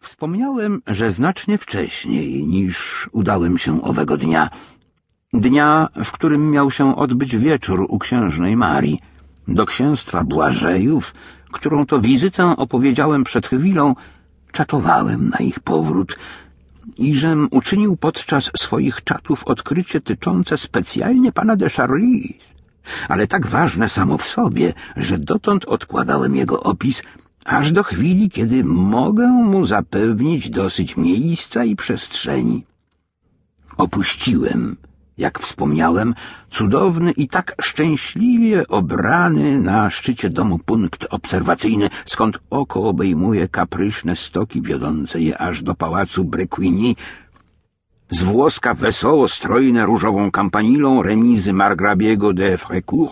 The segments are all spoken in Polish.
Wspomniałem, że znacznie wcześniej niż udałem się owego dnia, w którym miał się odbyć wieczór u księżnej Marii, do księstwa Błażejów, którą to wizytę opowiedziałem przed chwilą, czatowałem na ich powrót i żem uczynił podczas swoich czatów odkrycie tyczące specjalnie pana de Charlus, ale tak ważne samo w sobie, że dotąd odkładałem jego opis aż do chwili, kiedy mogę mu zapewnić dosyć miejsca i przestrzeni. Opuściłem, jak wspomniałem, cudowny i tak szczęśliwie obrany na szczycie domu punkt obserwacyjny, skąd oko obejmuje kapryśne stoki wiodące je aż do pałacu Bréquigny, z włoska wesoło strojne różową kampanilą remizy margrabiego de Frécourt.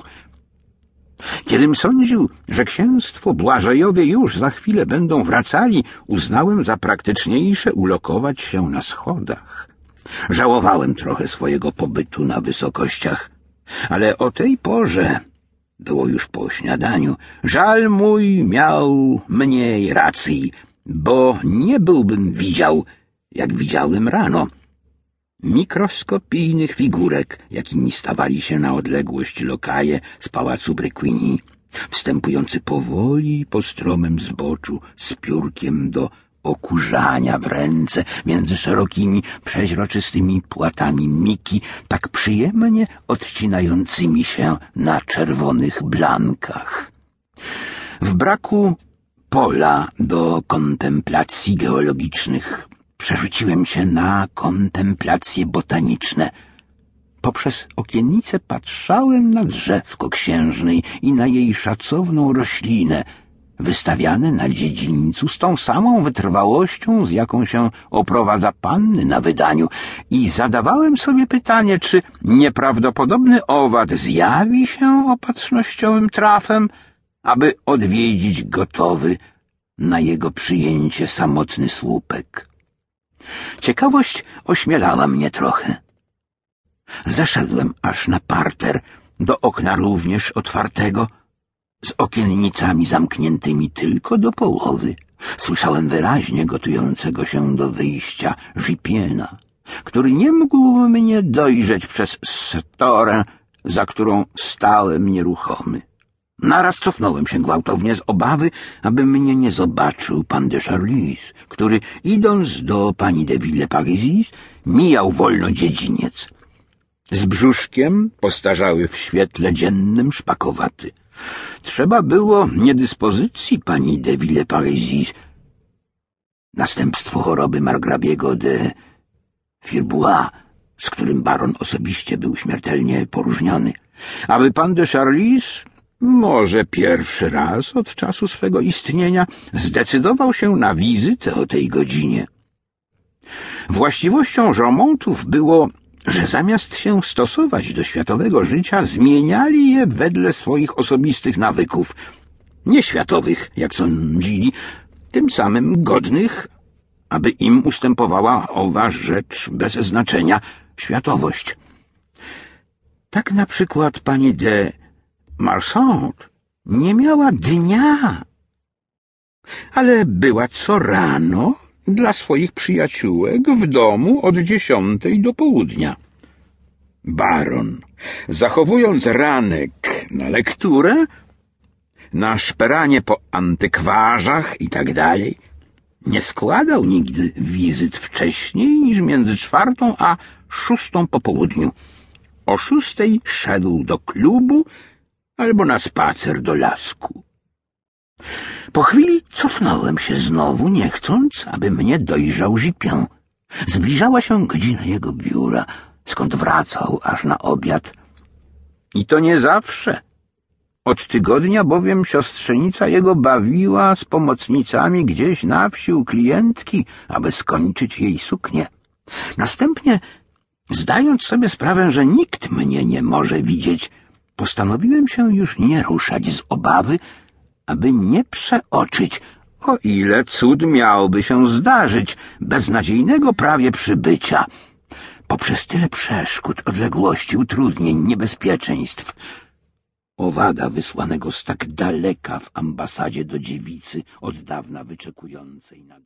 Kiedym sądził, że księstwo Błażejowie już za chwilę będą wracali, uznałem za praktyczniejsze ulokować się na schodach. Żałowałem trochę swojego pobytu na wysokościach, ale o tej porze, było już po śniadaniu, żal mój miał mniej racji, bo nie byłbym widział, jak widziałem rano, mikroskopijnych figurek, jakimi stawali się na odległość lokaje z pałacu Bréquigny, wstępujący powoli po stromym zboczu z piórkiem do okurzania w ręce między szerokimi, przeźroczystymi płatami miki, tak przyjemnie odcinającymi się na czerwonych blankach. W braku pola do kontemplacji geologicznych przerzuciłem się na kontemplacje botaniczne. Poprzez okiennice patrzałem na drzewko księżnej i na jej szacowną roślinę, wystawiane na dziedzińcu z tą samą wytrwałością, z jaką się oprowadza panny na wydaniu, i zadawałem sobie pytanie, czy nieprawdopodobny owad zjawi się opatrznościowym trafem, aby odwiedzić gotowy na jego przyjęcie samotny słupek. Ciekawość ośmielała mnie trochę. Zeszedłem aż na parter, do okna również otwartego, z okiennicami zamkniętymi tylko do połowy. Słyszałem wyraźnie gotującego się do wyjścia Gipiena, który nie mógł mnie dojrzeć przez storę, za którą stałem nieruchomy. Naraz cofnąłem się gwałtownie z obawy, aby mnie nie zobaczył pan de Charlus, który, idąc do pani de Villeparisis, mijał wolno dziedziniec. Z brzuszkiem postarzały w świetle dziennym, szpakowaty. Trzeba było niedyspozycji pani de Villeparisis, następstwo choroby margrabiego de Firbois, z którym baron osobiście był śmiertelnie poróżniony, aby pan de Charlus, może pierwszy raz od czasu swego istnienia, zdecydował się na wizytę o tej godzinie. Właściwością Jomontów było, że zamiast się stosować do światowego życia, zmieniali je wedle swoich osobistych nawyków, nieświatowych, jak sądzili, tym samym godnych, aby im ustępowała owa rzecz bez znaczenia, światowość. Tak na przykład pani de Marsant nie miała dnia, ale była co rano dla swoich przyjaciółek w domu od 10 do południa. Baron, zachowując ranek na lekturę, na szperanie po antykwarzach i tak dalej, nie składał nigdy wizyt wcześniej niż między 4 a 6 po południu. O 6 szedł do klubu albo na spacer do lasku. Po chwili cofnąłem się znowu, nie chcąc, aby mnie dojrzał Gipien. Zbliżała się godzina jego biura, skąd wracał aż na obiad. I to nie zawsze. Od tygodnia bowiem siostrzenica jego bawiła z pomocnicami gdzieś na wsi u klientki, aby skończyć jej suknię. Następnie, zdając sobie sprawę, że nikt mnie nie może widzieć, postanowiłem się już nie ruszać z obawy, aby nie przeoczyć, o ile cud miałby się zdarzyć, beznadziejnego prawie przybycia. Poprzez tyle przeszkód, odległości, utrudnień, niebezpieczeństw, owada wysłanego z tak daleka w ambasadzie do dziewicy, od dawna wyczekującej na